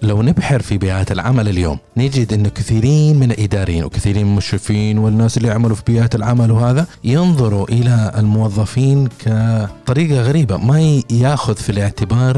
لو نبحر في بيئات العمل اليوم نجد أنه كثيرين من الإداريين وكثيرين من المشرفين والناس اللي يعملوا في بيئات العمل وهذا ينظروا إلى الموظفين كطريقة غريبة، ما ياخذ في الاعتبار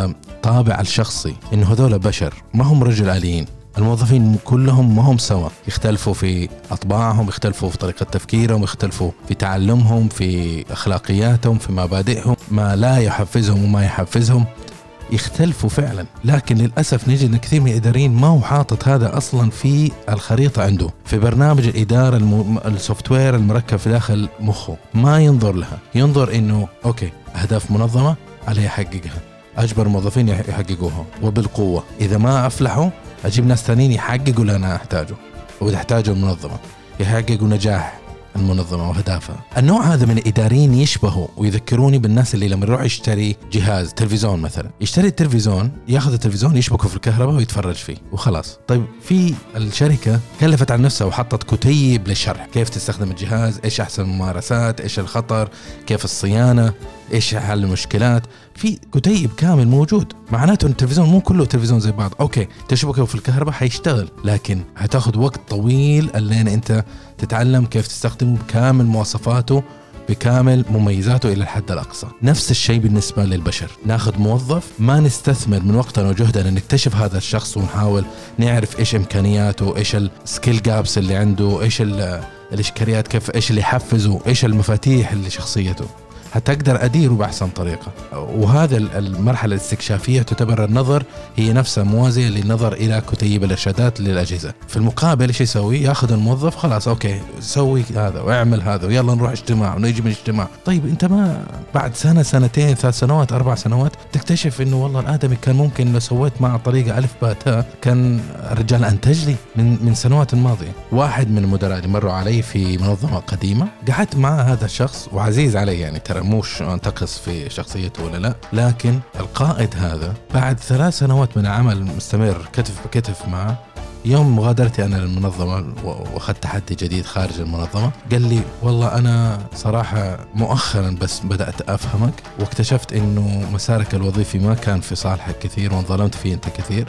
طابع الشخصي، إنه هذول بشر ما هم رجل آليين. الموظفين كلهم ما هم سوا، يختلفوا في أطباعهم، يختلفوا في طريقة تفكيرهم، يختلفوا في تعلمهم، في أخلاقياتهم، في مبادئهم، ما لا يحفزهم وما يحفزهم يختلفوا فعلا. لكن للأسف نجد أن كثير من الإداريين ما هو حاطط هذا أصلا في الخريطة عنده، في برنامج الإدارة السوفتوير المركب في داخل مخه، ما ينظر لها. ينظر إنه أوكي أهداف منظمة عليه يحققها، أجبر الموظفين يحققوها وبالقوة، إذا ما أفلحوا أجيب ناس ثانيين يحققوا اللي أنا أحتاجه وتحتاجه المنظمة، يحققوا نجاح المنظمة وهدافها. النوع هذا من الإداريين يشبهوا ويذكروني بالناس اللي لما يروح يشتري جهاز تلفزيون مثلا، يشتري التلفزيون، ياخذ التلفزيون يشبكه في الكهرباء ويتفرج فيه وخلاص. طيب في الشركة كلفت عن نفسها وحطت كتيب للشرح كيف تستخدم الجهاز، إيش أحسن الممارسات، إيش الخطر، كيف الصيانة، إيش حل المشكلات، في كتيب كامل موجود. معناته أن التلفزيون مو كله تلفزيون زي بعض. أوكي تشبكه في الكهرباء حيشتغل، لكن هتاخد وقت طويل لين أنت تتعلم كيف تستخدمه بكامل مواصفاته، بكامل مميزاته إلى الحد الأقصى. نفس الشيء بالنسبة للبشر، ناخذ موظف ما نستثمر من وقتنا وجهدنا نكتشف هذا الشخص ونحاول نعرف إيش إمكانياته، إيش السكيل جابس اللي عنده، إيش الإشكاليات، كيف إيش اللي يحفزه، إيش المفاتيح اللي شخصيته، حتى أقدر أديره بأحسن طريقة. وهذا المرحلة الاستكشافية تعتبر النظر هي نفسها موازية للنظر إلى كتيب الإرشادات للأجهزة. في المقابل إيش يسوي؟ يأخذ الموظف خلاص أوكي سوي هذا واعمل هذا ويلا نروح اجتماع ونيجي من اجتماع. طيب أنت ما بعد سنة سنتين 3 سنوات 4 سنوات تكتشف إنه والله الآدمي كان ممكن لو سويت مع طريقة ألف باء تاء كان الرجال أنتج لي من سنوات الماضية. واحد من المدراء اللي مروا علي في منظمة قديمة قعدت مع هذا الشخص وعزيز علي، يعني ترى موش أنتقص في شخصيته ولا لا، لكن القائد هذا بعد 3 سنوات من عمل مستمر كتف بكتف معه، يوم مغادرتي أنا للمنظمة وأخذت تحدي جديد خارج المنظمة، قال لي والله أنا صراحة مؤخرا بس بدأت أفهمك واكتشفت إنه مسارك الوظيفي ما كان في صالحك كثير وانظلمت فيه أنت كثير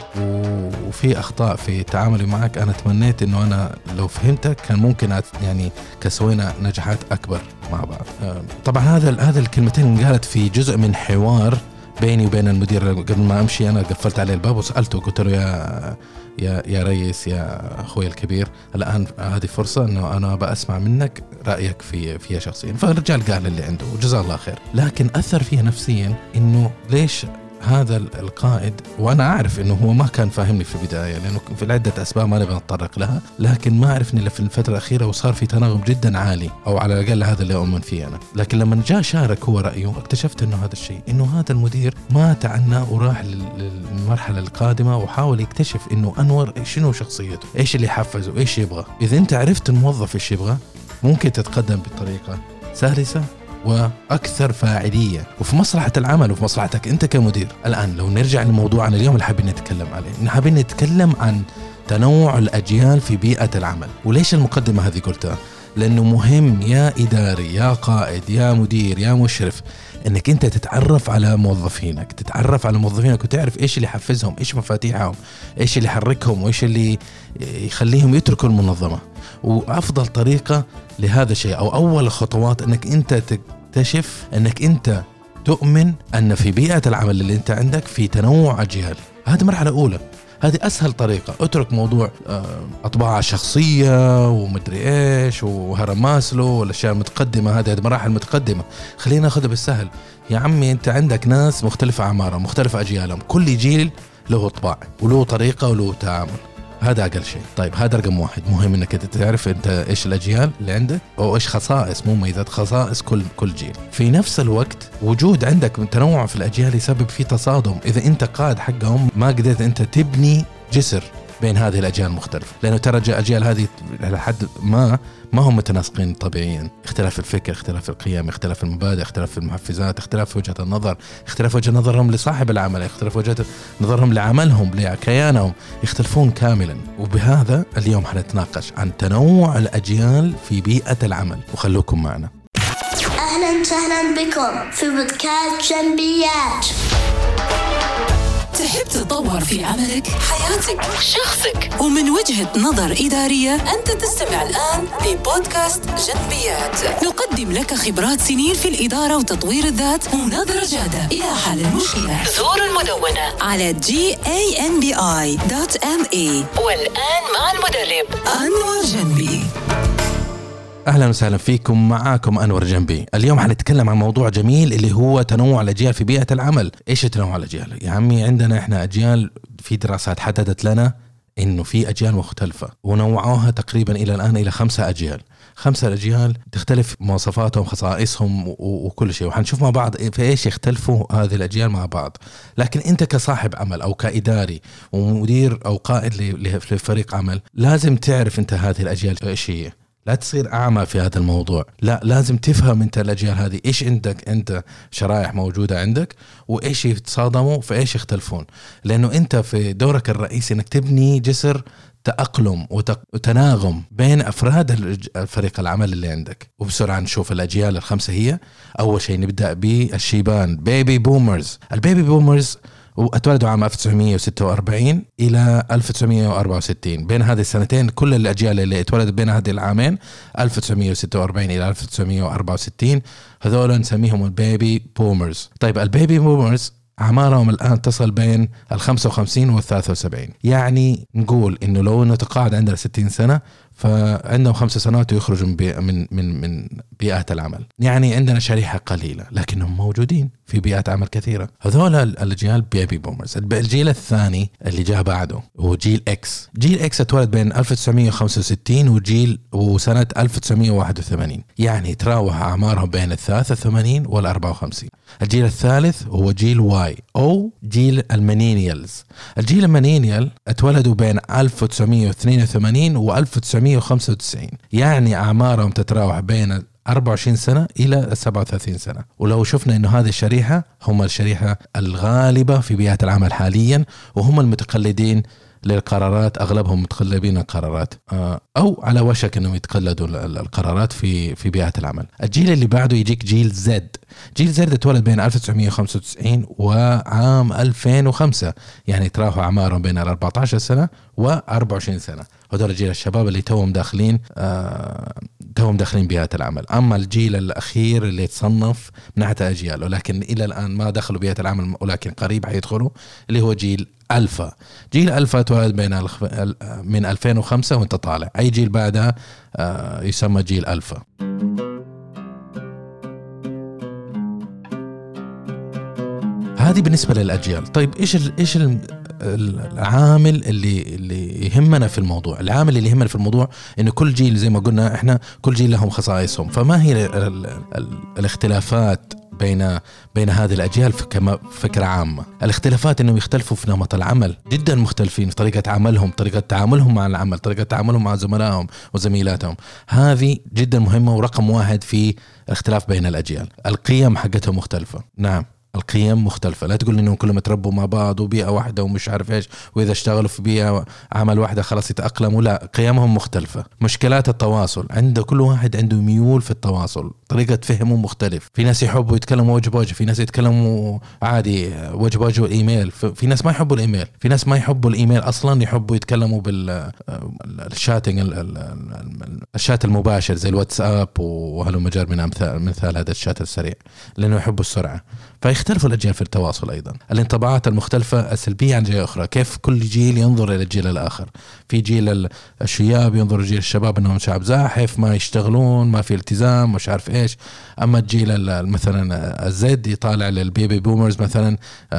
وفي أخطاء في تعاملي معك. أنا تمنيت إنه أنا لو فهمتك كان ممكن يعني كسوينا نجاحات أكبر مع بعض. طبعا هذا الكلمتين قالت في جزء من حوار بيني وبين المدير. قبل ما أمشي أنا قفلت عليه الباب وسألته، قلت له يا ريس، يا أخوي الكبير، الآن هذه فرصة أنه أنا بأسمع منك رأيك فيها شخصيا. فالرجال قال اللي عنده وجزاه الله خير، لكن أثر فيها نفسيا إنه ليش هذا القائد، وأنا أعرف إنه هو ما كان فاهمني في البداية لأنه في عدة أسباب ما نبي نتطرق لها، لكن ما عرفني إلا في الفترة الأخيرة وصار في تناغم جدا عالي، أو على الأقل هذا اللي أؤمن فيه أنا. لكن لما جاء شارك هو رأيه اكتشفت إنه هذا الشيء، إنه هذا المدير ما تعنى وراح للمرحلة القادمة وحاول يكتشف إنه أنور شنو شخصيته، إيش اللي يحفزه، إيش يبغى. إذا أنت عرفت الموظف إيش يبغى ممكن تتقدم بطريقة سلسة وأكثر فاعلية وفي مصلحة العمل وفي مصلحتك أنت كمدير. الآن لو نرجع لموضوعنا اليوم اللي حابين نتكلم عليه، حابين نتكلم عن تنوع الأجيال في بيئة العمل. وليش المقدمة هذه قلتها؟ لأنه مهم يا إداري يا قائد يا مدير يا مشرف أنك أنت تتعرف على موظفينك، وتعرف إيش اللي يحفزهم، إيش مفاتيحهم، إيش اللي يحركهم، وإيش اللي يخليهم يتركوا المنظمة. وأفضل طريقة لهذا الشيء أو أول خطوات أنك أنت تكتشف أنك أنت تؤمن أن في بيئة العمل اللي أنت عندك في تنوع أجيال. هذه مرحلة أولى، هذه أسهل طريقة. اترك موضوع أطباع شخصية ومدري إيش وهرم ماسلو والأشياء المتقدمة، هذه مراحل متقدمة. خلينا ناخذها بالسهل. يا عمي أنت عندك ناس مختلفة أعمارهم، مختلفة أجيالهم، كل جيل له طباع وله طريقة وله تعامل. هذا أقل شيء. طيب هذا رقم 1. مهم أنك تعرف أنت إيش الأجيال اللي عندك أو إيش خصائص، مو مميزات، خصائص كل جيل. في نفس الوقت وجود عندك تنوع في الأجيال يسبب فيه تصادم. إذا أنت قائد حقهم ما قدرت أنت تبني جسر بين هذه الأجيال المختلفة، لأنه ترى الأجيال هذه لحد ما هم متناسقين طبيعيا. اختلاف الفكر، اختلاف القيم، اختلاف المبادئ، اختلاف المحفزات، اختلاف وجهة النظر، اختلاف وجهة نظرهم لصاحب العمل، اختلاف وجهة نظرهم لعملهم لكيانهم، يختلفون كاملا. وبهذا اليوم حنتناقش عن تنوع الأجيال في بيئة العمل، وخلوكم معنا. أهلا وسهلا بكم في بودكاست جنبيات. تحب تطور تتطور في عملك، حياتك، شخصك. ومن وجهة نظر إدارية أنت تستمع الآن لبودكاست جنبيات. نقدم لك خبرات سنين في الإدارة وتطوير الذات ونظرة جادة إلى حل المشكلة. زور المدونة على gambi.ma. والآن مع المدرب أنور جنبي. أهلا وسهلا فيكم، معاكم أنور جنبي. اليوم حنتكلم عن موضوع جميل اللي هو تنوع الأجيال في بيئة العمل. إيش تنوع الأجيال؟ يا عمي عندنا إحنا أجيال، في دراسات حددت لنا إنه في أجيال مختلفة ونوعوها تقريبا إلى الآن إلى 5 أجيال. 5 أجيال تختلف مواصفاتهم، خصائصهم وكل شيء، وحنشوف مع بعض في إيش يختلفوا هذه الأجيال مع بعض. لكن أنت كصاحب عمل أو كإداري ومدير أو قائد لفريق عمل لازم تعرف أنت هذه الأجيال إيش هي. لا تصير أعمى في هذا الموضوع، لا لازم تفهم أنت الأجيال هذه إيش عندك، أنت شرائح موجودة عندك وإيش يتصادموا في إيش يختلفون. لأنه أنت في دورك الرئيسي أنك تبني جسر تأقلم وتناغم بين أفراد فريق العمل اللي عندك. وبسرعة نشوف الأجيال ال5 هي. أول شيء نبدأ بالشيبان، بيبي بومرز. البيبي بومرز اتولدوا عام 1946 إلى 1964. بين هذه السنتين كل الأجيال اللي اتولدت بين هذه العامين 1946 إلى 1964 هذول نسميهم البيبي بومرز. طيب البيبي بومرز أعمارهم الآن تصل بين 55 و 73. يعني نقول إنه لو نتقاعد عندنا 60 سنة فعندهم 5 سنوات ويخرجوا من بيئات العمل. يعني عندنا شريحة قليلة لكنهم موجودين في بيئات عمل كثيرة. هذول الأجيال بيبي بومرز. الجيل الثاني اللي جاء بعده هو جيل إكس. جيل إكس اتولد بين 1965 وسنة 1981. يعني تراوح أعمارهم بين 83 وال 54. الجيل الثالث هو جيل واي أو جيل الميلينيالز. الجيل الميلينيال اتولدوا بين 1982 و 1995. يعني أعمارهم تتراوح بين 24 سنة إلى 37 سنة. ولو شفنا إنه هذه الشريحة هم الشريحة الغالبة في بيئة العمل حاليا، وهم المتقلدين للقرارات، أغلبهم متقلبين القرارات أو على وشك أنهم يتقلدوا القرارات في بيئة العمل. الجيل اللي بعده يجيك جيل زد. جيل زد اتولد بين 1995 وعام 2005. يعني تراوحوا أعمارهم بين 14 سنة و24 سنة. هذول جيل الشباب اللي توهم داخلين بيئة العمل. أما الجيل الأخير اللي يتصنف من ناحية أجيال ولكن إلى الآن ما دخلوا بيئة العمل ولكن قريب حيدخلوا، اللي هو جيل ألفا. جيل ألفا اتولد من 2005 وانت طالع. أي جيل بعدها يسمى جيل ألفا. هذه بالنسبة للأجيال. طيب إيش العامل اللي يهمنا في الموضوع؟ العامل اللي يهمنا في الموضوع إنه كل جيل زي ما قلنا إحنا كل جيل لهم خصائصهم. فما هي الاختلافات بين هذه الأجيال كفكرة عامة؟ الاختلافات إنهم يختلفوا في نمط العمل، جدا مختلفين في طريقة عملهم، طريقة تعاملهم مع العمل، طريقة تعاملهم مع زملائهم وزميلاتهم. هذه جدا مهمة ورقم 1 في الاختلاف بين الأجيال. القيم حقتهم مختلفة. نعم القيم مختلفة. لا تقول إنهم كلهم يتربوا مع بعض وبيئة واحدة ومش عارف إيش، وإذا اشتغلوا في بيئة عمل واحدة خلاص يتأقلموا. لا، قيمهم مختلفة. مشكلات التواصل، عند كل واحد عنده ميول في التواصل، طريقة فهمه مختلف. في ناس يحبوا يتكلموا وجه بوجه، في ناس يتكلموا عادي وجه بوجه والإيميل، في ناس ما يحبوا الإيميل، في ناس ما يحبوا الإيميل أصلا، يحبوا يتكلموا بالشاتنج، الشات المباشر زي الواتساب وهلو مجال من مثال هذا الشات السريع، لأنه يحبوا السرعة. فيختلفوا الأجيال في التواصل. أيضا الانطباعات المختلفة السلبية عن جيل أخرى، كيف كل جيل ينظر إلى الجيل الآخر. في جيل الشياب ينظر لجيل الشباب أنهم شعب زاحف، ما يشتغلون، ما في التزام، مش عارف إيش. أما الجيل مثلا الزد يطالع للبيبي بومرز مثلا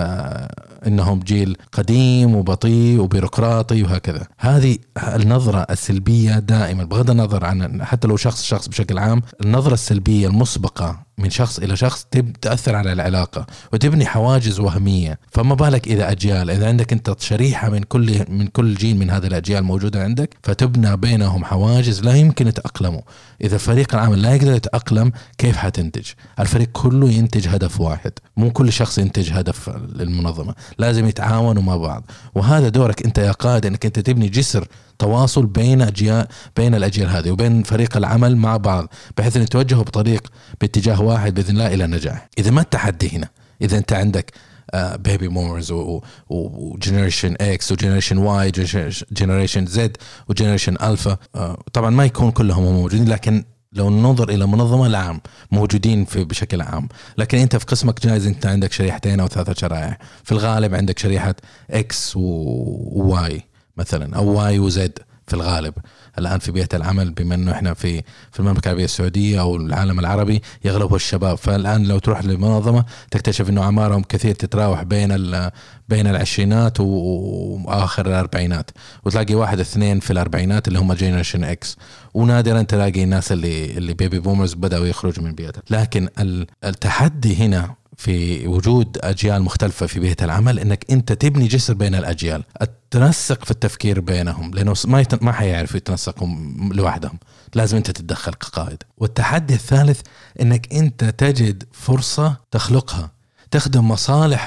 إنهم جيل قديم وبطيء وبيروقراطي وهكذا. هذه النظرة السلبية دائما، بغض النظر عن حتى لو شخص بشكل عام، النظرة السلبية المسبقة من شخص إلى شخص تأثر على العلاقة وتبني حواجز وهمية. فما بالك إذا أجيال، إذا عندك أنت شريحة من كل جيل من هذه الأجيال موجودة عندك، فتبنى بينهم حواجز لا يمكن يتأقلموا. إذا فريق العمل لا يقدر يتأقلم كيف حتنتج؟ الفريق كله ينتج هدف واحد، مو كل شخص ينتج هدف للمنظمة، لازم يتعاونوا مع بعض. وهذا دورك أنت يا قائد، أنك أنت تبني جسر تواصل بين الأجيال هذه وبين فريق العمل مع بعض، بحيث أن يتوجهوا باتجاه واحد بإذن الله إلى النجاح. إذا ما التحدي هنا؟ إذا أنت عندك بيبي بومرز وجنريشن اكس وجنريشن واي جنريشن زد وجنريشن الفا. طبعا ما يكون كلهم موجودين، لكن لو ننظر إلى منظمة العام موجودين بشكل عام. لكن أنت في قسمك جايز أنت عندك شريحتين أو 3 شرائح، في الغالب عندك شريحة X و Y مثلا، أو Y و Z في الغالب. الآن في بيئة العمل بما أنه إحنا في المملكة العربية السعودية أو العالم العربي يغلبه الشباب، فالآن لو تروح لمنظمة تكتشف أنه أعمارهم كثير تتراوح بين العشرينات وآخر الأربعينات، وتلاقي 1-2 في الأربعينات اللي هم جينيريشن إكس، ونادرا تلاقي الناس اللي بيبي بومرز بدأوا يخرجوا من بيئتها. لكن التحدي هنا في وجود أجيال مختلفة في بيئة العمل إنك أنت تبني جسر بين الأجيال، التنسق في التفكير بينهم، لأنه ما حيعرفوا يتنسقوا لوحدهم، لازم أنت تتدخل كقائد. والتحدي الثالث إنك أنت تجد فرصة تخلقها تخدم مصالح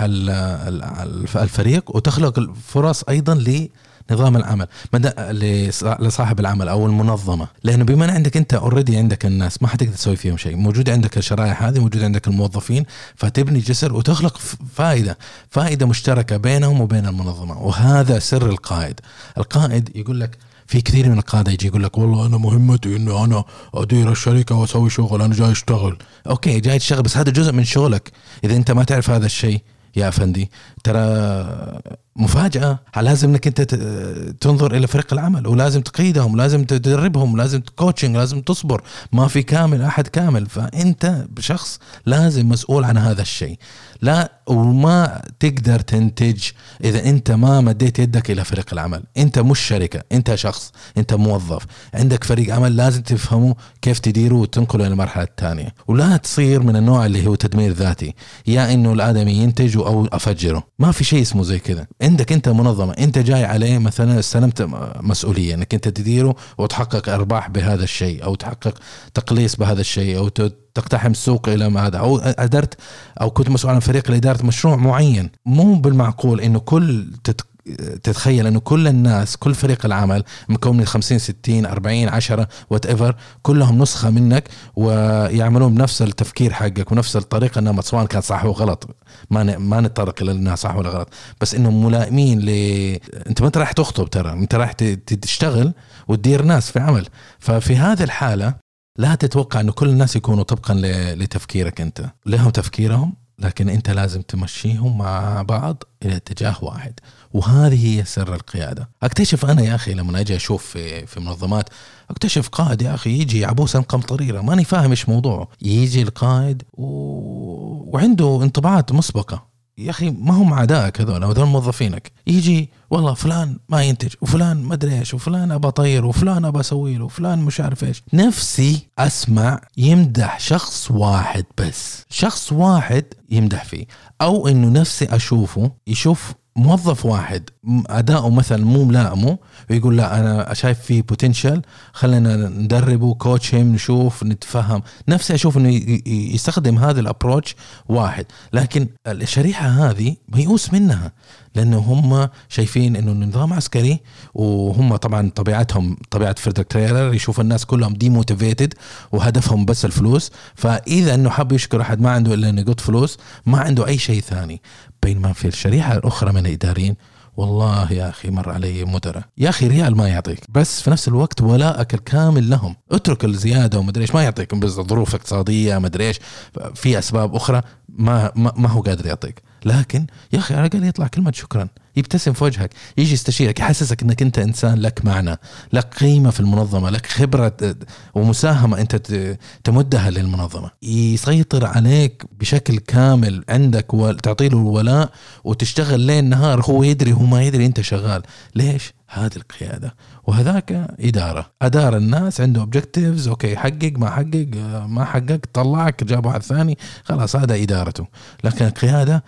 الفريق، وتخلق فرص أيضا لنظام العمل لصاحب العمل أو المنظمة. لأنه بما أن عندك أنت already عندك الناس ما حتقدر تسوي فيهم شيء، موجود عندك الشرائح هذه، موجود عندك الموظفين، فتبني جسر وتخلق فائدة مشتركة بينهم وبين المنظمة. وهذا سر القائد. القائد يقول لك، في كثير من القادة يجي يقول لك والله أنا مهمتي إنه أنا أدير الشركة وأسوي شغل، أنا جاي أشتغل. أوكي جاي تشتغل، بس هذا جزء من شغلك. إذا أنت ما تعرف هذا الشيء يا أفندي، ترى مفاجأة. لازم انك انت تنظر الى فريق العمل، ولازم تقيدهم، لازم تدربهم، لازم كوتشنج، لازم تصبر. ما في احد كامل، فانت بشخص لازم مسؤول عن هذا الشيء. لا، وما تقدر تنتج اذا انت ما مديت يدك الى فريق العمل. انت مش شركة، انت شخص، انت موظف، عندك فريق عمل، لازم تفهمه كيف تديره وتنقله الى المرحلة الثانية. ولا تصير من النوع اللي هو تدمير ذاتي، يا انه الادمي ينتج او افجره. ما في شيء اسمه زي كذا. عندك انت منظمة، انت جاي عليه مثلا استلمت مسؤولية انك انت تديره وتحقق ارباح بهذا الشيء، او تحقق تقليص بهذا الشيء، او تقتحم السوق الى هذا، او قدرت او كنت مسؤول عن فريق لإدارة مشروع معين. مو بالمعقول انه تتخيل انه كل الناس، كل فريق العمل مكون من 50 60 40 10 whatever، كلهم نسخة منك ويعملون بنفس التفكير حقك ونفس الطريقة النمط، سواء كان صح وغلط. ما نتطرق الى انها صح ولا غلط، بس انهم ملائمين انت ما راح تخطب، ترى انت راح تشتغل وتدير ناس في عمل. ففي هذه الحالة لا تتوقع انه كل الناس يكونوا طبقا لتفكيرك انت، لهم تفكيرهم، لكن انت لازم تمشيهم مع بعض الى اتجاه واحد. وهذه هي سر القيادة. اكتشف انا يا اخي لما اجي اشوف في منظمات، اكتشف قائد يا اخي يجي عبوسا قمطريرة ماني فاهم ايش موضوعه. يجي القائد وعنده انطباعات مسبقة. يا أخي ما هم عدائك هذول موظفينك. يجي والله فلان ما ينتج، وفلان ما أدري إيش، وفلان أبى أطير، وفلان أبى أسوي له، وفلان مش عارف إيش. نفسي أسمع يمدح شخص واحد بس، شخص واحد يمدح فيه، أو إنه نفسي أشوفه يشوف موظف واحد أداؤه مثلا مو ملائمه ويقول لا أنا شايف فيه بوتنشل، خلينا ندربه، كوتشهم، نشوف نتفهم. نفسي أشوف إنه يستخدم هذا الأبروتش واحد. لكن الشريحة هذه ميؤوس منها، لأنه هم شايفين إنه النظام عسكري، وهم طبعا طبيعتهم طبيعة فردك تريلر، يشوف الناس كلهم ديموتيفيتد وهدفهم بس الفلوس. فإذا إنه حب يشكر أحد ما عنده إلا إنه يقط فلوس، ما عنده أي شيء ثاني. بينما في الشريحة الأخرى من الإداريين، والله يا أخي مر علي مدراء يا أخي ريال ما يعطيك، بس في نفس الوقت ولاءك الكامل لهم. اترك الزيادة ومدريش ما يعطيك، بس ظروف اقتصادية مدريش، في أسباب أخرى ما هو قادر يعطيك. لكن يا أخي على الأقل يطلع كلمة شكرا، يبتسم في وجهك، يجي يستشيرك، يحسسك أنك أنت إنسان لك معنى، لك قيمة في المنظمة، لك خبرة ومساهمة أنت تمدها للمنظمة. يسيطر عليك بشكل كامل عندك وتعطيله الولاء وتشتغل ليل نهار، هو يدري هو ما يدري أنت شغال. ليش؟ هذه القيادة. وهذاك إدارة، أدار الناس عنده objectives، أوكي حقق ما حقق طلعك جاب واحد ثاني، خلاص هذا إدارته. لكن القيادة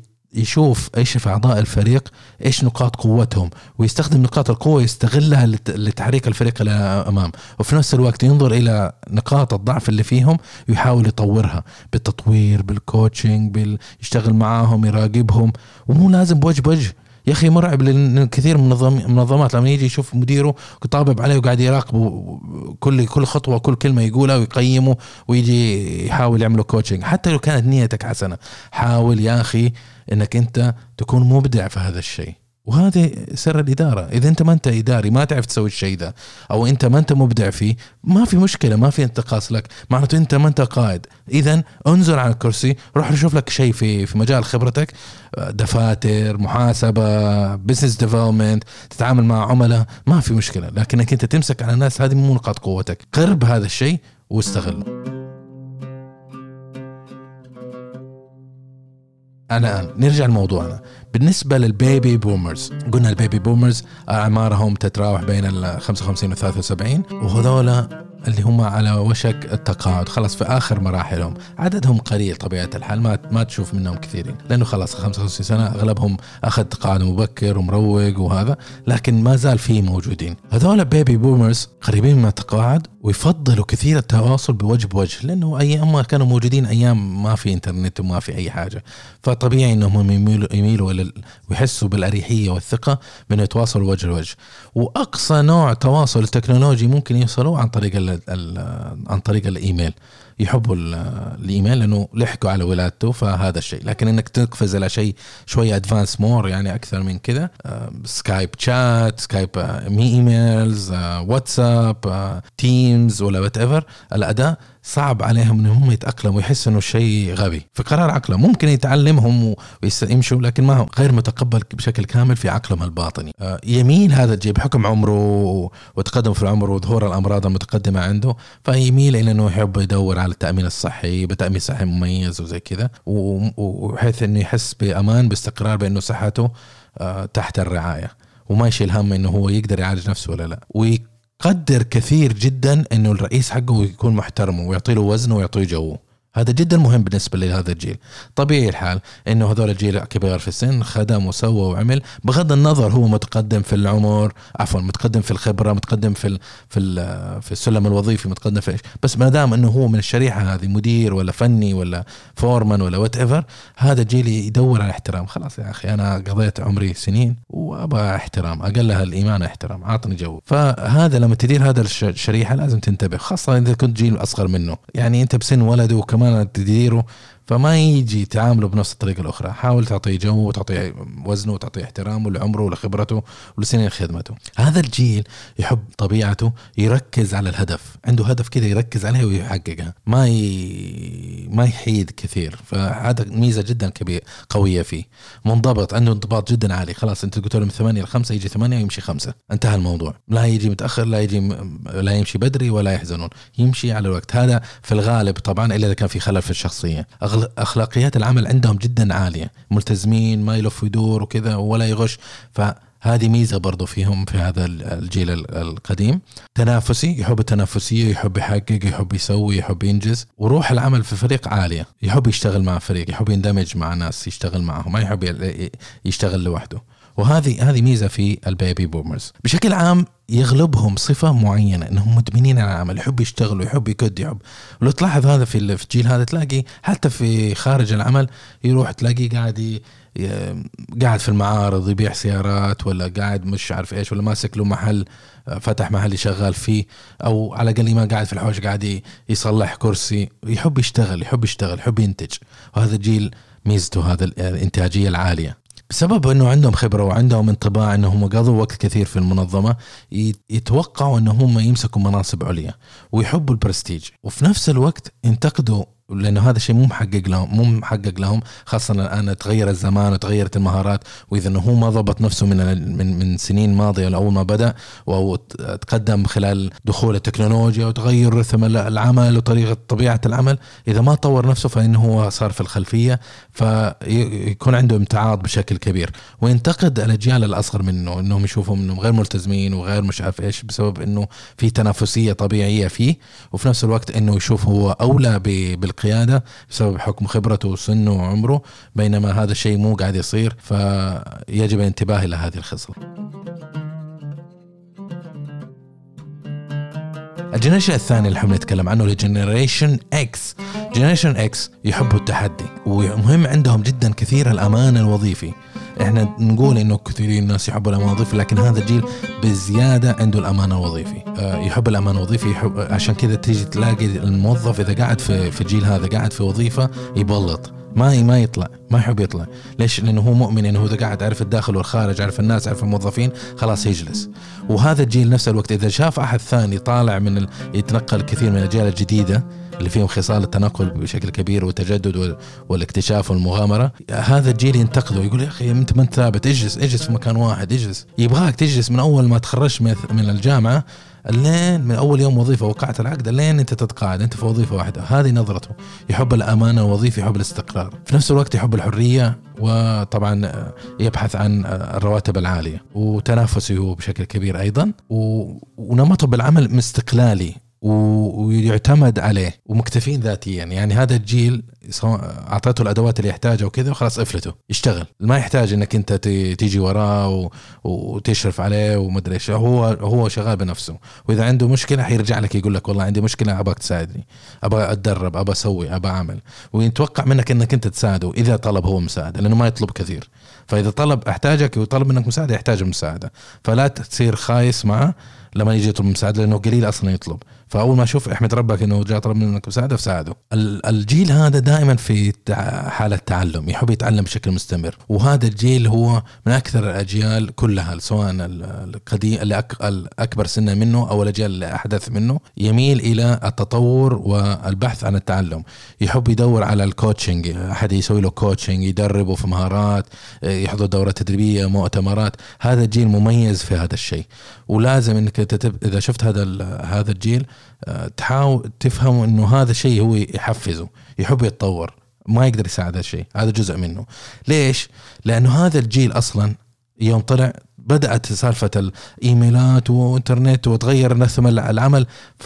يشوف إيش في أعضاء الفريق، إيش نقاط قوتهم، ويستخدم نقاط القوة يستغلها لتحريك الفريق للأمام، وفي نفس الوقت ينظر إلى نقاط الضعف اللي فيهم ويحاول يطورها بالتطوير، بالكوتشنج، يشتغل معاهم، يراقبهم. ومو لازم بوجه يا أخي مرعب، لأن كثير من منظمات لما يجي يشوف مديره طابب عليه وقاعد يراقبه كل خطوة كل كلمة يقولها ويقيمه، ويجي يحاول يعمله كوتشنج. حتى لو كانت نيتك حسنة، حاول يا أخي انك انت تكون مبدع في هذا الشيء. وهذا سر الإدارة. إذا أنت ما أنت إداري ما تعرف تسوي الشيء ده، أو أنت ما أنت مبدع فيه، ما في مشكلة، ما في انتقاص لك، معناته أنت ما أنت قائد. إذن انزل على الكرسي، روح نشوف لك شيء في مجال خبرتك، دفاتر، محاسبة، business development، تتعامل مع عملاء، ما في مشكلة. لكنك أنت تمسك على الناس، هذه مو نقاط قوتك. قرب هذا الشيء واستغله. الآن نرجع لموضوعنا. بالنسبة للبيبي بومرز، قلنا البيبي بومرز أعمارهم تتراوح بين 55 و 73، وهذولا اللي هم على وشك التقاعد، خلاص في آخر مراحلهم. عددهم قليل طبيعة الحال، ما تشوف منهم كثيرين، لأنه خلاص 55 سنة أغلبهم أخذ تقاعد مبكر ومروق وهذا، لكن ما زال فيه موجودين. هذولا بيبي بومرز قريبين من التقاعد، ويفضلوا كثير التواصل بوجه بوجه، لأنه أيام ما كانوا موجودين أيام ما في إنترنت وما في أي حاجة، فطبيعي أنهم يميلوا ويحسوا بالأريحية والثقة من يتواصلوا وجه لوجه. وأقصى نوع تواصل تكنولوجي ممكن يوصلوا عن طريق الإيميل. يحبوا الإيميل لأنه لحقوا على ولادته، فهذا الشيء. لكن إنك تقفز على شيء شوية أدفانس مور، يعني أكثر من كذا، سكايب شات، سكايب إيميلز، واتساب، تيمز ولا whatever، الأداء صعب عليهم إنهم يتأقلموا ويحسوا إنه شيء غبي. في قرار عقله ممكن يتعلمهم ويمشوا، لكن ما هو غير متقبل بشكل كامل في عقلهم الباطني. يميل هذا الجيل بحكم عمره وتقدم في العمر وظهور الأمراض المتقدمة عنده، فيميل إلى إنه يحب يدور على التأمين الصحي، بتأمين صحي مميز وزي كذا، وحيث إنه يحس بأمان باستقرار بأنه صحته تحت الرعاية، وما يشيل هم إنه هو يقدر يعالج نفسه ولا لا. قدر كثير جدا انه الرئيس حقه يكون محترمه ويعطي له وزنه ويعطيه جوه. هذا جدا مهم بالنسبة لهذا الجيل. طبيعي الحال انه هذول الجيل كبار في السن، خدم وسوى وعمل، بغض النظر هو متقدم في العمر، متقدم في الخبرة، متقدم في السلم الوظيفي، متقدم في بس ما دام انه هو من الشريحة هذه، مدير ولا فني ولا فورمان ولا whatever، هذا الجيل يدور على احترام. خلاص يا اخي انا قضيت عمري سنين وابغى احترام، اقلها الايمان احترام، عاطني جو. فهذا لما تدير هذا الشريحة لازم تنتبه، خاصة اذا كنت جيل اصغر منه، يعني انت بسن ولده وكمان تديره، فما يجي تعامله بنفس الطريقة الأخرى. حاول تعطيه جو وتعطيه وزنه وتعطيه احترامه لعمره ولخبرته ولسنين خدمته. هذا الجيل يحب طبيعته يركز على الهدف، عنده هدف كذا يركز عليه ويحققها، ما يحيد كثير. فهذا ميزة جدا قوية فيه. منضبط، عنده انضباط جدا عالي. خلاص انت قلت له من 8 ل5 يجي 8 ويمشي 5، انتهى الموضوع. لا يجي متأخر، لا يمشي بدري ولا يحزنون، يمشي على الوقت. هذا في الغالب طبعا إلا إذا كان في خلل في الشخصية. أخلاقيات العمل عندهم جدا عالية، ملتزمين، ما يلف ويدور وكذا ولا يغش. فهذه ميزة برضو فيهم في هذا الجيل القديم. تنافسي، يحب التنافسية، يحب يحقق، يحب يسوي، يحب ينجز. وروح العمل في فريق عالية، يحب يشتغل مع فريق، يحب يندمج مع ناس يشتغل معهم، ما يحب يشتغل لوحده. وهذه ميزة في البيبي بومرز. بشكل عام يغلبهم صفة معينة، انهم مدمنين على العمل، يحب يشتغلوا، يحب يكد. ولو تلاحظ هذا في الجيل هذا، تلاقي حتى في خارج العمل يروح تلاقي قاعد في المعارض يبيع سيارات، ولا قاعد مش عارف ايش، ولا ماسك له محل، فتح محل يشغل فيه، او على الاقل ما قاعد في الحوش قاعد يصلح كرسي. يحب يشتغل، يحب ينتج. وهذا الجيل ميزته هذا الانتاجية العالية، بسبب أنه عندهم خبرة وعندهم انطباع أنهم قضوا وقت كثير في المنظمة. يتوقعوا أنهم يمسكوا مناصب عليا، ويحبوا البرستيج، وفي نفس الوقت ينتقدوا لأنه هذا الشيء مو محقق لهم، خاصة الآن تغير الزمان وتغيرت المهارات. وإذا أنه هو ما ضبط نفسه من سنين ماضية أول ما بدأ، أو تقدم خلال دخول التكنولوجيا وتغير رتم العمل وطريقة طبيعة العمل، إذا ما طور نفسه فإنه هو صار في الخلفية، فيكون عنده امتعاض بشكل كبير. وينتقد الأجيال الأصغر منه، إنهم يشوفوا إنهم غير ملتزمين وغير مش عارف إيش، بسبب إنه في تنافسية طبيعية فيه. وفي نفس الوقت إنه يشوف هو أولى بالقيادة بسبب حكم خبرته وسنه وعمره، بينما هذا الشيء مو قاعد يصير. فيجب الانتباه إلى هذه الخصلة. الجنريشن الثاني اللي حنا نتكلم عنه الجنريشن اكس. جنريشن اكس يحبوا التحدي، ومهم عندهم جدا كثير الأمان الوظيفي. احنا نقول انه كثيرين الناس يحبوا الأمان الوظيفي، لكن هذا الجيل بزيادة عنده الأمان الوظيفي، يحب الأمان الوظيفي، يحب. عشان كذا تيجي تلاقي الموظف إذا قاعد في الجيل هذا قاعد في وظيفة يبلط، ما يطلع، ما يحب يطلع. ليش؟ لأنه هو مؤمن إنه إذا قاعد عارف الداخل والخارج، عارف الناس، عارف الموظفين، خلاص يجلس. وهذا الجيل نفس الوقت إذا شاف أحد ثاني طالع يتنقل كثير من الأجيال الجديدة اللي فيهم خصال التنقل بشكل كبير والتجدد والاكتشاف والمغامرة، هذا الجيل ينتقده، يقول يا أخي أنت ما أنت ثابت، اجلس في مكان واحد، اجلس. يبغاك تجلس من أول ما تخرجت من الجامعة لين من أول يوم وظيفة وقعت العقد لين أنت تتقاعد، أنت في وظيفة واحدة. هذه نظرته. يحب الأمانة الوظيفية، يحب الاستقرار، في نفس الوقت يحب الحرية، وطبعا يبحث عن الرواتب العالية، وتنافسه هو بشكل كبير أيضا، ونمطه بالعمل استقلالي ويعتمد عليه ومكتفين ذاتيا. يعني هذا الجيل أعطيته الأدوات اللي يحتاجها وكذا وخلاص افلته يشتغل، ما يحتاج إنك أنت تيجي وراه وتشرف عليه ومدري إيش، هو شغال بنفسه. وإذا عنده مشكلة حيرجع لك يقول لك والله عندي مشكلة، أبغاك تساعدني، أبغى أتدرب، أبغى أسوي، أبغى أعمل، ويتوقع منك إنك أنت تساعده إذا طلب هو مساعدة، لأنه ما يطلب كثير. فإذا طلب احتاجك وطلب منك مساعدة يحتاج مساعدة، فلا تصير خايس معه لما يجي يطلب مساعدة، لأنه قليل أصلا يطلب. فأول ما أشوف احمد ربك إنه جاء طلب منك مساعدة فساعده. الجيل هذا دائما في حالة تعلم، يحب يتعلم بشكل مستمر. وهذا الجيل هو من أكثر الأجيال كلها، سواء القديم اللي الأكبر سنا منه أو الأجيال اللي أحدث منه، يميل إلى التطور والبحث عن التعلم. يحب يدور على الكوتشنج، أحد يسوي له كوتشنج، يدربه في مهارات، يحضر دورات تدريبية، مؤتمرات. هذا الجيل مميز في هذا الشيء، ولازم إنك إذا شفت هذا الجيل تحاول تفهم إنه هذا الشيء هو يحفزه، يحب يتطور، ما يقدر يساعد هذا الشيء، هذا جزء منه. ليش؟ لأنه هذا الجيل أصلا يوم طلع بدأت سالفة الإيميلات وإنترنت وتغير نظم العمل،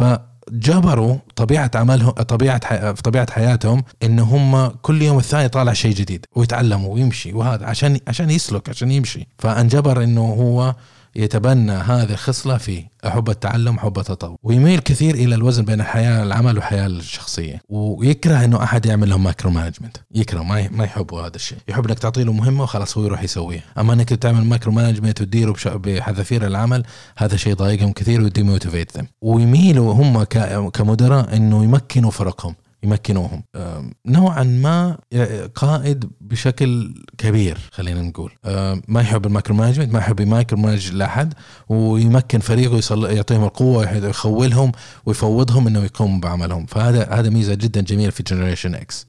فجبروا طبيعة عملهم، طبيعة حياتهم، إن هم كل يوم الثاني طالع شيء جديد ويتعلموا ويمشي، وهذا عشان يسلك، عشان يمشي. فأنجبر إنه هو يتبنى هذه الخصلة فيه، أحب التعلم، أحب التطور، ويميل كثير إلى الوزن بين الحياة العمل والحياة الشخصية. ويكره إنه أحد يعمل له مايكرو مانجمنت، يكره، ما يحبوا هذا الشيء. يحب إنك تعطي له مهمة وخلاص هو يروح يسويها. أما إنك تعمل مايكرو مانجمنت وتديره بحذافير العمل، هذا شيء ضايقهم كثير وديموتيفيت ذم. ويميلوا هم كمدراء إنه يمكنوا فرقهم، يمكنوهم نوعا ما قائد بشكل كبير. خلينا نقول ما يحب المايكرو مانجمنت، ما يحب المايكرو مانج لأحد، ويمكن فريقه، يعطيهم القوة، يخولهم ويفوضهم إنه يقوموا بعملهم. فهذا ميزة جدا جميلة في جنريشن إكس.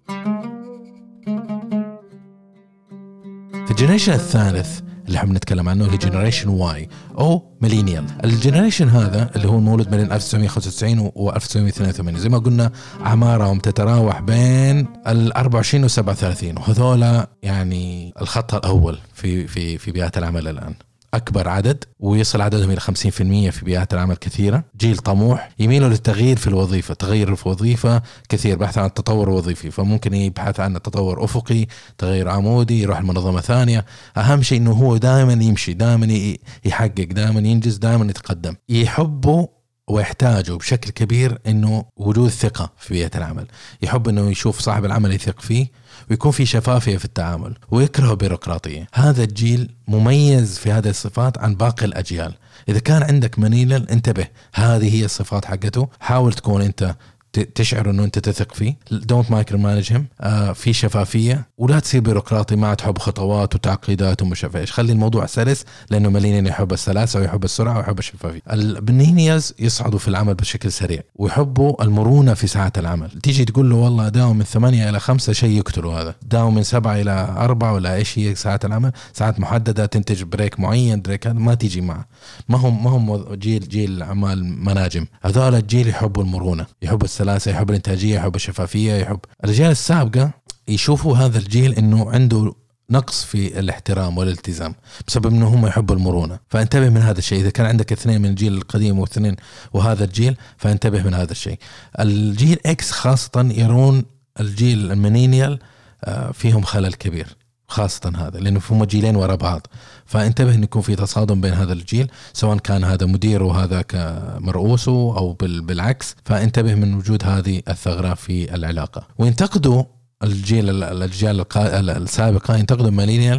في الجنريشن الثالث اللي احنا بنتكلم عنه اللي جنريشن واي او ميلينيال. الجنريشن هذا اللي هو مولود بين 1995 و 1982، زي ما قلنا اعمارهم تتراوح بين 24 و 37، وهذولا يعني الخط الاول في بيئات العمل الان. أكبر عدد، ويصل عددهم إلى 50% في بيئات العمل كثيرة. جيل طموح، يميلوا للتغيير في الوظيفة، تغير في وظيفة كثير، بحث عن التطور الوظيفي. فممكن يبحث عن التطور أفقي، تغير عمودي، يروح المنظمة ثانية. أهم شيء إنه هو دائما يمشي، دائما يحقق، دائما ينجز، دائما يتقدم. يحبوا ويحتاجوا بشكل كبير إنه وجود ثقة في بيئة العمل. يحب إنه يشوف صاحب العمل يثق فيه، ويكون في شفافية في التعامل، ويكره بيروقراطية. هذا الجيل مميز في هذه الصفات عن باقي الأجيال. إذا كان عندك ميلينيال انتبه، هذه هي الصفات حقته. حاول تكون أنت تشعر انه انت تثق فيه. دونت مايكرو مانجهم، في شفافيه، ولا تصير بيروقراطي ما تحب خطوات وتعقيدات ومش عارف ايش. خلي الموضوع سلس، لانه ميلينيال يحب السلاسه ويحب السرعه ويحب الشفافيه. البنينيالز يصعدوا في العمل بشكل سريع، ويحبوا المرونه في ساعات العمل. تيجي تقول له والله داوم من 8 إلى 5 شيء يقتله، هذا داوم من 7 إلى 4 ولا ايش هي ساعات العمل، ساعات محدده تنتج بريك معين، بريك هذا ما تيجي معه. ما هم جيل عمال مناجم. هذول الجيل يحبوا المرونه، يحب السلاسة، يحب الانتاجية، يحب الشفافية، يحب. الرجال السابقة يشوفوا هذا الجيل انه عنده نقص في الاحترام والالتزام بسبب انه هم يحبوا المرونة. فانتبه من هذا الشيء. اذا كان عندك 2 من الجيل القديم واثنين وهذا الجيل، فانتبه من هذا الشيء. الجيل اكس خاصة يرون الجيل الميلينيال فيهم خلل كبير، خاصة هذا لأنه هم جيلين وراء بعض. فانتبه أن يكون في تصادم بين هذا الجيل، سواء كان هذا مدير وهذا كمرؤوسه أو بالعكس. فانتبه من وجود هذه الثغرة في العلاقة. وينتقدوا الأجيال السابقة، ينتقدوا الميلينيال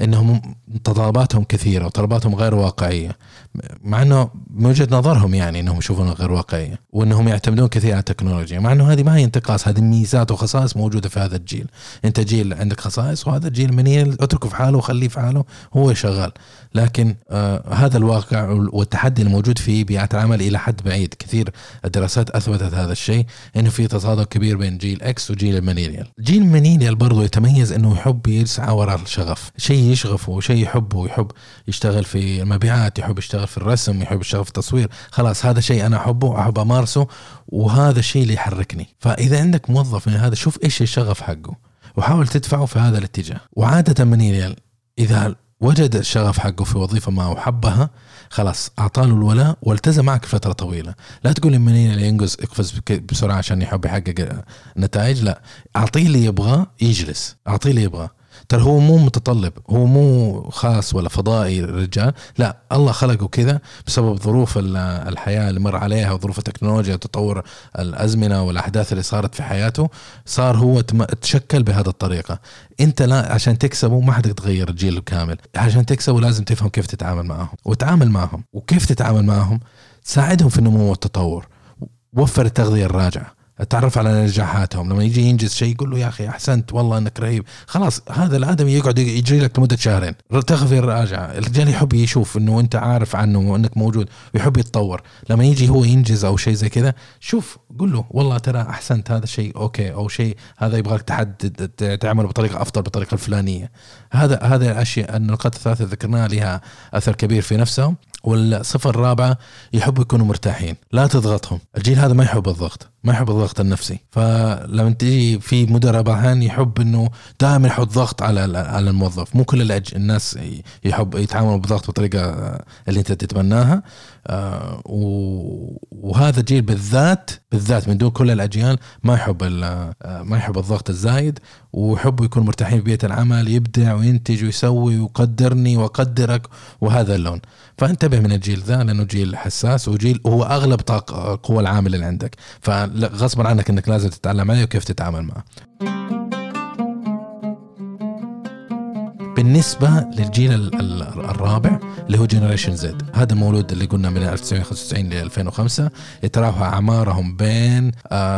انهم طلباتهم كثيره وطلباتهم غير واقعيه، مع انه من وجهه نظرهم يعني انهم يشوفونها غير واقعيه، وانهم يعتمدون كثير على التكنولوجيا، مع انه هذه ما هي انتقاص، هذه ميزات وخصائص موجوده في هذا الجيل. انت جيل عندك خصائص، وهذا الجيل منيل اتركه في حاله وخليه في حاله هو شغال. لكن هذا الواقع والتحدي الموجود في بيئة العمل إلى حد بعيد. كثير الدراسات أثبتت هذا الشيء، إنه في تصادم كبير بين جيل إكس وجيل الميلينيال. جيل الميلينيال برضو يتميز إنه يحب يسعى وراء الشغف، شيء يشغفه وشيء يحبه، يحب يشتغل في المبيعات، يحب يشتغل في الرسم، يحب يشتغل في التصوير. خلاص هذا شيء أنا أحبه، أحب أمارسه، وهذا الشيء اللي يحركني. فإذا عندك موظف من هذا، شوف إيش الشغف حقه وحاول تدفعه في هذا الاتجاه. وعادة ميلينيال إذا وجد الشغف حقه في وظيفة ما وحبها، خلاص أعطاله الولاء والتزم معك فترة طويلة. لا تقول المنين اللي يقفز بسرعة عشان يحب يحقق نتائج، لا، أعطيه اللي يبغاه، يجلس، أعطيه اللي يبغاه. ترى هو مو متطلب، هو مو خاص ولا فضائي رجال، لا، الله خلقه كذا بسبب ظروف الحياة اللي مر عليها وظروف التكنولوجيا وتطور الأزمنة والأحداث اللي صارت في حياته، صار هو تشكل بهذه الطريقة. انت لا، عشان تكسبه ما حدك تغير الجيل كامل، عشان تكسبه لازم تفهم كيف تتعامل معهم وتعامل معهم. وكيف تتعامل معهم؟ ساعدهم في النمو والتطور، وفر التغذية الراجعة، تعرف على نجاحاتهم. لما يجي ينجز شيء يقول له يا أخي أحسنت والله أنك رهيب. خلاص هذا الآدمي يقعد يجري لك لمدة شهرين، تغذية راجعة. الرجال يحب يشوف أنه أنت عارف عنه وأنك موجود ويحب يتطور. لما يجي هو ينجز أو شيء زي كذا، شوف قل له والله ترى أحسنت، هذا شيء أوكي، أو شيء هذا يبغاك تحدد تعمله بطريقة أفضل، بطريقة الفلانية. هذا الأشياء، النقاط الثلاثة ذكرناها لها أثر كبير في نفسهم. والصفة الرابعة، يحبوا يكونوا مرتاحين، لا تضغطهم. الجيل هذا ما يحب الضغط، ما يحب الضغط النفسي. فلما تيجي في مدراء بعضهم يحب انه دائما يحط ضغط على الموظف. مو كل الناس يحب يتعاملوا بالضغط بطريقة اللي انت تتمناها. وهذا الجيل بالذات من دون كل الأجيال ما يحب الضغط الزايد، ويحبوا يكونوا مرتاحين في بيئة العمل، يبدع وينتج ويسوي ويقدرني وأقدرك، وهذا اللون. فانتبه من الجيل ذا، لأنه جيل حساس، وجيل هو أغلب قوة العامل اللي عندك، فغصبا عنك أنك لازم تتعلم عليه وكيف تتعامل معه. بالنسبة للجيل الرابع اللي هو جنريشن زد، هذا المولود اللي قلنا من 1995 ل 2005، يتراوح أعمارهم بين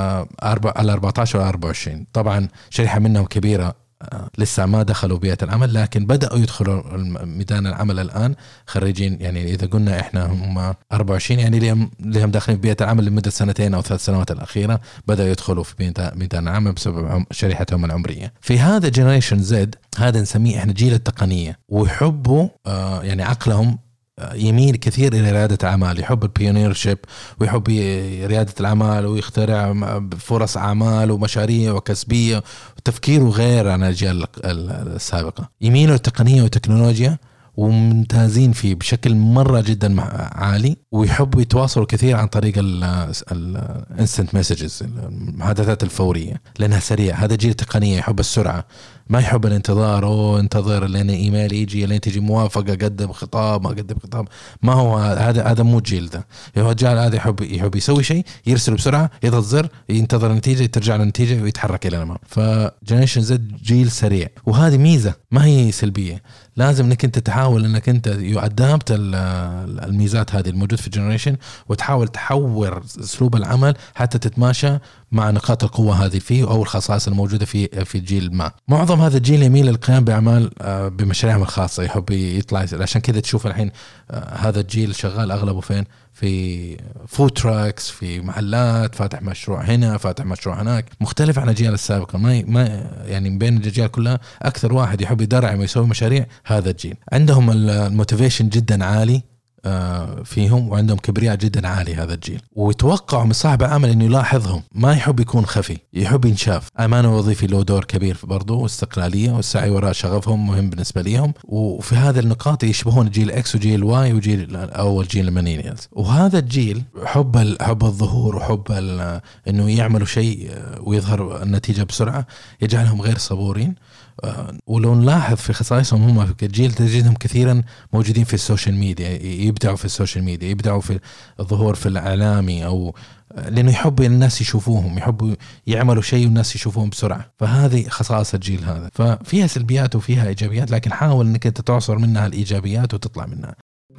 14 و 24. طبعا شريحة منهم كبيرة لسه ما دخلوا بيئة العمل، لكن بدأوا يدخلوا ميدان العمل الآن، خريجين. يعني إذا قلنا إحنا هم 24، يعني لهم داخلين في بيئة العمل لمدة 2 أو 3 سنوات الأخيرة، بدأوا يدخلوا في ميدان العمل بسبب شريحتهم العمرية. في هذا جنريشن زد، هذا نسميه إحنا جيل التقنية، ويحبوا يعني عقلهم يميل كثير إلى ريادة الأعمال، يحب البيونيرشيب، ويحب ريادة الأعمال، ويخترع فرص أعمال ومشاريع وكسبية، وتفكيره غير عن الأجيال السابقة. يميلوا التقنية والتكنولوجيا وممتازين فيه بشكل مرة جدا عالي، ويحبوا يتواصلوا كثير عن طريق الانستنت مسجز، المحادثات الفورية، لأنها سريعة. هذا جيل التقنية، يحب السرعة، ما يحب الانتظار، انتظر لين ايميل يجي، لين تجي موافقة، قدم خطاب، ما قدم خطاب. ما هو هذا مو جيل ده. هو الجيل هذا يحب يسوي شيء، يرسل بسرعة، يضغط زر، ينتظر النتيجة، ترجع النتيجة ويتحرك إلى الأمام. فجنريشن زد جيل سريع، وهذه ميزة ما هي سلبية. لازم انك انت تحاول انك انت يؤدبت الميزات هذه الموجود في الجنريشن، وتحاول تحور اسلوب العمل حتى تتماشى مع نقاط القوة هذه فيه او الخصائص الموجودة في الجيل. ما معظم هذا الجيل يميل للقيام بأعمال بمشاريعهم الخاصة، يحب يطلع. عشان كذا تشوف الحين هذا الجيل شغال اغلبه فين؟ في فود تراكس، في محلات، فاتح مشروع هنا، فاتح مشروع هناك، مختلف عن الأجيال السابقة. ما يعني من بين الأجيال كلها أكثر واحد يحب يدرعم ويسوي مشاريع هذا الجيل. عندهم الموتيفيشن جدا عالي فيهم، وعندهم كبرياء جدا عالي هذا الجيل، ويتوقعوا من صاحب العمل انه يلاحظهم، ما يحب يكون خفي، يحب ينشاف. امان وظيفي له دور كبير برضه، واستقلاليه، والسعي وراء شغفهم مهم بالنسبه لهم. وفي هذه النقاط يشبهون جيل اكس وجيل واي وجيل اول جيل الميلينيالز. وهذا الجيل حب الظهور، وحب انه يعملوا شيء ويظهر النتيجه بسرعه، يجعلهم غير صبورين، ولو نلاحظ في خصائصهم هم في الجيل تجدهم كثيرا موجودين في السوشيال ميديا، يبدعوا في السوشيال ميديا، يبدعوا في الظهور في الإعلامي، أو لأنه يحبوا الناس يشوفوهم، يحبوا يعملوا شيء والناس يشوفوهم بسرعة. فهذه خصائص الجيل هذا، ففيها سلبيات وفيها إيجابيات، لكن حاول أنك أنت تعصر منها الإيجابيات وتطلع منها.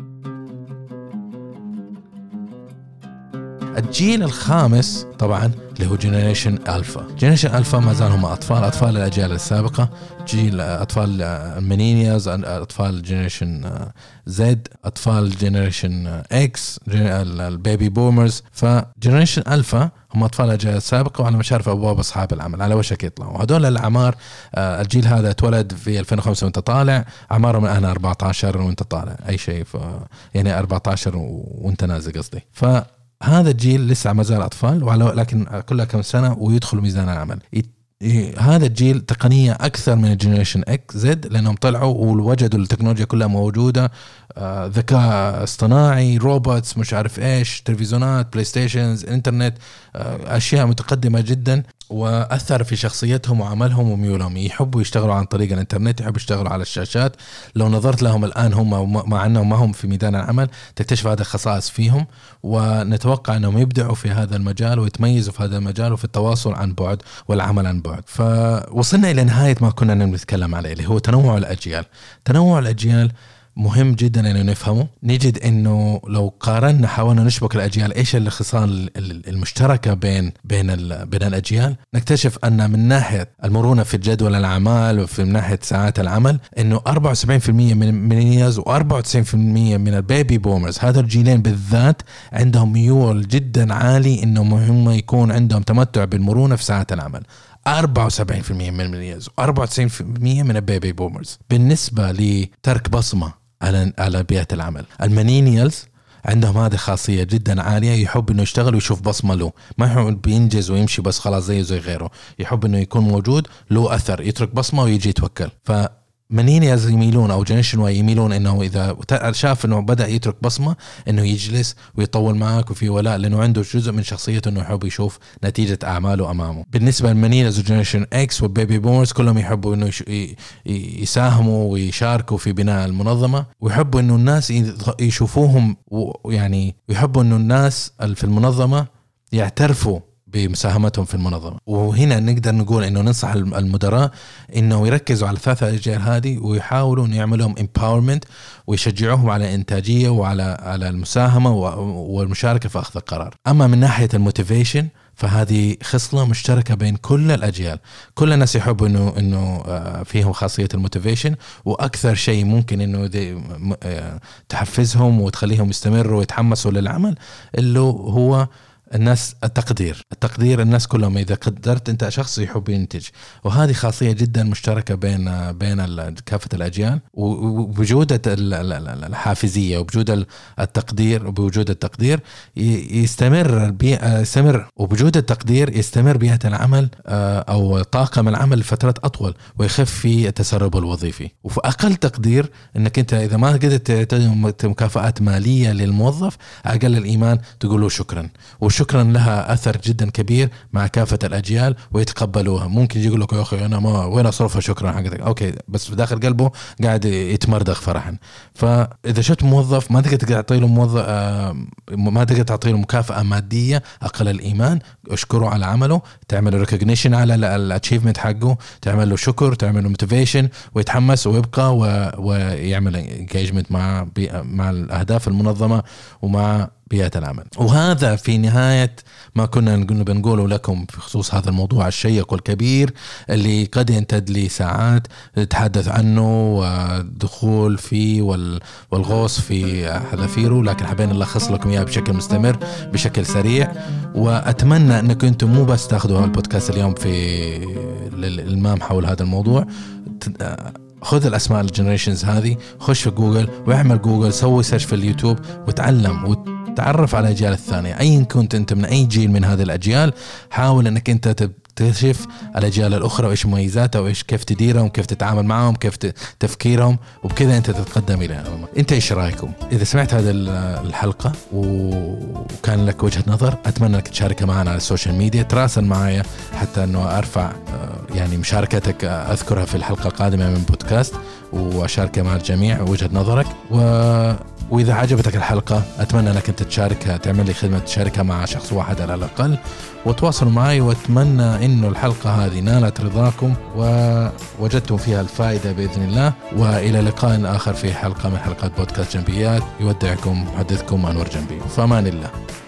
الجيل الخامس طبعا اللي هو جينيريشن ألفا. جينيريشن ألفا ما زال هم أطفال الأجيال السابقة، جيل أطفال الميلينيالز، أطفال جينيريشن زد، أطفال جينيريشن إكس، البيبي بومرز. فجينيريشن ألفا هم أطفال الأجيال السابقة وعلى مشارف أبواب أصحاب العمل، على وشك يطلعوا. هذول الأعمار، الجيل هذا اتولد في 2005 وانت طالع، أعمارهم الآن 14 وانت طالع أي شيء، يعني 14 وانت نازل قصدي. هذا الجيل لسه ما زال أطفال، لكن كلها كم سنة ويدخلوا ميزان العمل. هذا الجيل تقنية أكثر من الجينيريشن إكس زد، لأنهم طلعوا ووجدوا التكنولوجيا كلها موجودة، ذكاء اصطناعي، روبوتس، مش عارف إيش، تلفزيونات، بلاي ستيشنز، إنترنت، أشياء متقدمة جدا، وأثر في شخصيتهم وعملهم وميولهم. يحبوا يشتغلوا عن طريق الإنترنت، يحبوا يشتغلوا على الشاشات. لو نظرت لهم الآن هم مع أنهم ما هم في ميدان العمل تكتشف هذا الخصائص فيهم، ونتوقع أنهم يبدعوا في هذا المجال ويتميزوا في هذا المجال وفي التواصل عن بعد والعمل عن بعد. فوصلنا إلى نهاية ما كنا نتكلم عليه، اللي هو تنوع الأجيال. تنوع الأجيال مهم جدا أن نفهمه. نجد أنه لو قارنا حاولنا نشبك الأجيال، إيش الخصال المشتركة بين الأجيال، نكتشف أن من ناحية المرونة في الجدول الأعمال وفي ناحية ساعات العمل، أنه 74% من الميلينيالز و94% من البيبي بومرز، هذا الجيلين بالذات عندهم ميول جدا عالي أنهم هم يكون عندهم تمتع بالمرونة في ساعات العمل. 74% من الميلينيالز و94% من البيبي بومرز. بالنسبة لترك بصمة على بيئة العمل، الميلينيالز عندهم هذه خاصية جدا عالية، يحب انه يشتغل ويشوف بصمة له، ما يحب بينجز ويمشي بس خلاص زي غيره، يحب انه يكون موجود له اثر، يترك بصمة ويجي يتوكل. فميلينيالز يميلون او جنريشن واي يميلون انه اذا شاف انه بدأ يترك بصمة انه يجلس ويطول معك وفي ولاء، لانه عنده جزء من شخصيته انه يحب يشوف نتيجة اعماله امامه. بالنسبة للميلينيالز وجنريشن اكس والبيبي بومرز كلهم يحبوا انه يساهموا ويشاركوا في بناء المنظمة، ويحبوا انه الناس يشوفوهم، يعني يحبوا انه الناس في المنظمة يعترفوا بمساهمتهم في المنظمة. وهنا نقدر نقول إنه ننصح المدراء إنه يركزوا على الثلاثة أجيال هذه، ويحاولوا إنه يعملوا لهم empowerment ويشجعوهم على الإنتاجية وعلى المساهمة والمشاركة في أخذ القرار. أما من ناحية الموتيفيشن فهذه خصلة مشتركة بين كل الأجيال، كل الناس يحبوا إنه فيهم خاصية الموتيفيشن، وأكثر شيء ممكن إنه تحفزهم وتخليهم يستمروا ويتحمسوا للعمل اللي هو الناس التقدير. الناس كلهم إذا قدرت أنت شخص يحب ينتج، وهذه خاصية جدا مشتركة بين كافة الأجيال. وبوجود الحافزية وبوجود التقدير وبوجود التقدير يستمر وبوجود التقدير يستمر بيئة العمل أو طاقم العمل لفترات أطول، ويخف في التسرب الوظيفي. وفي أقل تقدير أنك أنت إذا ما قدرت تعطي مكافآت مالية للموظف، أقل الإيمان تقول له شكرا، وشكرا لها أثر جدا كبير مع كافة الأجيال ويتقبلوها. ممكن يقول لك يا أخي أنا ما وين أصرفها شكرا حقتك، أوكي، بس في داخل قلبه قاعد يتمردغ فرحا. فإذا شفت موظف ما تقدر تعطي له ما تقدر تعطي له مكافأة مادية، أقل الإيمان أشكره على عمله، تعمل ريكوجنيشن على الاتشيفمنت حقه، تعمل له شكر، تعمل له موتيفيشن، ويتحمس ويبقى ويعمل انجيجمنت مع الأهداف المنظمة ومع بيئة العمل. وهذا في نهاية ما كنا بنقوله لكم في خصوص هذا الموضوع الشيق والكبير اللي قد يمتد لي ساعات نتحدث عنه ودخول فيه والغوص في حذافيره، لكن حبينا نلخص لكم إياه بشكل مستمر بشكل سريع. وأتمنى أنكم أنتم مو بس تأخذوا البودكاست اليوم في الإلمام حول هذا الموضوع، خذ الأسماء الجنريشنز هذه، خش في جوجل واعمل جوجل، سوي سيرش في اليوتيوب وتعلم وتعرف على الأجيال الثانية. أي كنت أنت من أي جيل من هذه الأجيال، حاول أنك أنت تكتشف الأجيال الأخرى وإيش مميزاتها وإيش كيف تديرهم وكيف تتعامل معهم كيف تفكيرهم، وبكذا أنت تتقدم إلى الأمام. أنت إيش رأيكم؟ إذا سمعت هذه الحلقة وكان لك وجهة نظر أتمنى أنك تشاركها معنا على السوشيال ميديا، تراسل معايا حتى أنه أرفع يعني مشاركتك أذكرها في الحلقة القادمة من بودكاست وأشاركها مع الجميع وجهة نظرك. وإذا عجبتك الحلقة أتمنى أنك أنت تشاركها، تعمل لي خدمة تشاركها مع شخص واحد على الأقل وتواصلوا معي، وأتمنى إنه الحلقة هذه نالت رضاكم ووجدتم فيها الفائدة بإذن الله. وإلى لقاء آخر في حلقة من حلقات بودكاست جنبيات. يودعكم محدثكم أنور جنبي، فأمان الله.